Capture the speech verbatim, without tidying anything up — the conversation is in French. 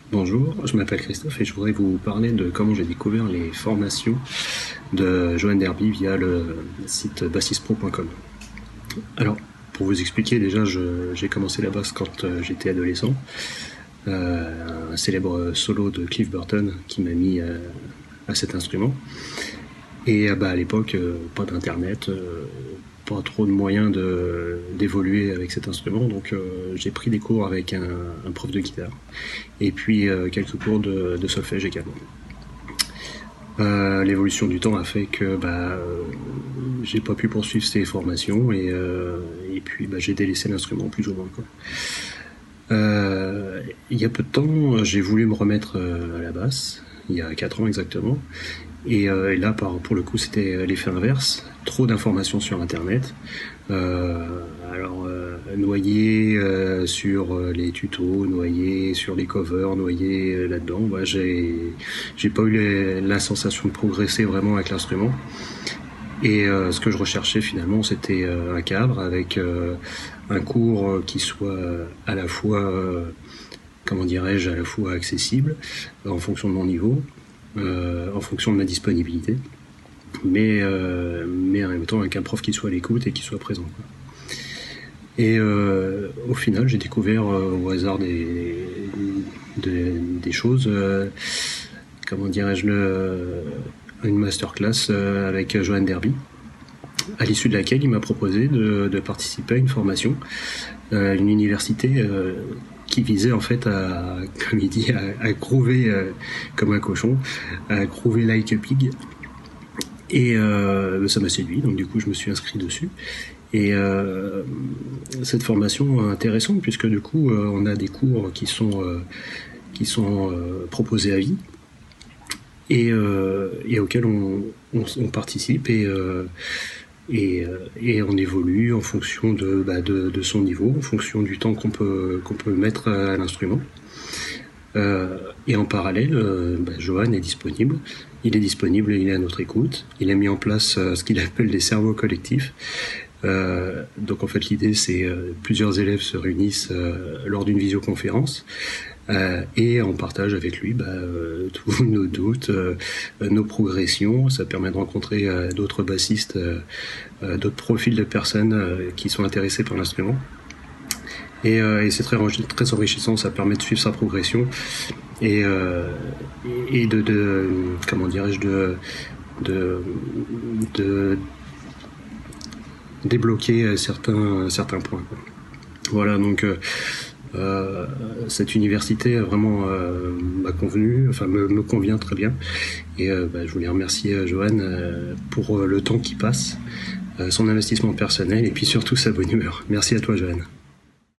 Bonjour, je m'appelle Christophe et je voudrais vous parler de comment j'ai découvert les formations de Johan Derby via le site bassispro point com. Alors, pour vous expliquer, déjà, je- j'ai commencé la basse quand euh, j'étais adolescent. Euh, un célèbre solo de Cliff Burton qui m'a mis euh, à cet instrument. Et euh, bah, à l'époque, euh, pas d'internet, euh, pas trop de moyens de- d'évoluer avec cet instrument, donc euh, j'ai pris des cours avec un, un prof de guitare et puis euh, quelques cours de, de solfège également. Euh, L'évolution du temps a fait que bah, euh, j'ai pas pu poursuivre ces formations et, euh, et puis bah, j'ai délaissé l'instrument plus ou moins, quoi. Euh, il y a peu de temps, j'ai voulu me remettre euh, à la basse, il y a quatre ans exactement. Et, euh, et là, par, pour le coup, c'était l'effet inverse. Trop d'informations sur Internet. Euh, alors, euh, noyé euh, sur euh, les tutos, noyé sur les covers, noyé euh, là-dedans, bah, j'ai, j'ai pas eu les- la sensation de progresser vraiment avec l'instrument. Et euh, ce que je recherchais finalement, c'était euh, un cadre avec euh, un cours qui soit à la fois, euh, comment dirais-je, à la fois accessible en fonction de mon niveau, euh, en fonction de ma disponibilité, mais, euh, mais en même temps avec un prof qui soit à l'écoute et qui soit présent, quoi. Et euh, au final, j'ai découvert euh, au hasard des, des, des choses, euh, comment dirais-je, le, une masterclass euh, avec Johan Derby, à l'issue de laquelle il m'a proposé de, de participer à une formation, euh, une université euh, qui visait en fait à, comme il dit, à, à groover euh, comme un cochon, à groover like a pig. Et euh, ça m'a séduit, donc du coup je me suis inscrit dessus. Et euh, cette formation est intéressante puisque du coup euh, on a des cours qui sont, euh, qui sont euh, proposés à vie et, euh, et auxquels on, on, on participe et, euh, et, euh, et on évolue en fonction de, bah, de, de son niveau, en fonction du temps qu'on peut, qu'on peut mettre à l'instrument. Euh, et en parallèle, euh, bah, Johan est disponible. Il est disponible et il est à notre écoute. Il a mis en place euh, ce qu'il appelle des cerveaux collectifs. Euh, donc en fait l'idée c'est euh, plusieurs élèves se réunissent euh, lors d'une visioconférence euh, et on partage avec lui bah, euh, tous nos doutes, euh, nos progressions. Ça permet de rencontrer euh, d'autres bassistes, euh, euh, d'autres profils de personnes euh, qui sont intéressées par l'instrument. Et, euh, et c'est très, très enrichissant, ça permet de suivre sa progression et, euh, et de, de comment dirais-je de, de, de débloquer certains, certains points, quoi. Voilà, donc euh, euh, cette université vraiment euh, m'a convenu, enfin me, me convient très bien. Et euh, bah, je voulais remercier euh, Johan euh, pour euh, le temps qu'il passe, euh, son investissement personnel et puis surtout sa bonne humeur. Merci à toi, Johan.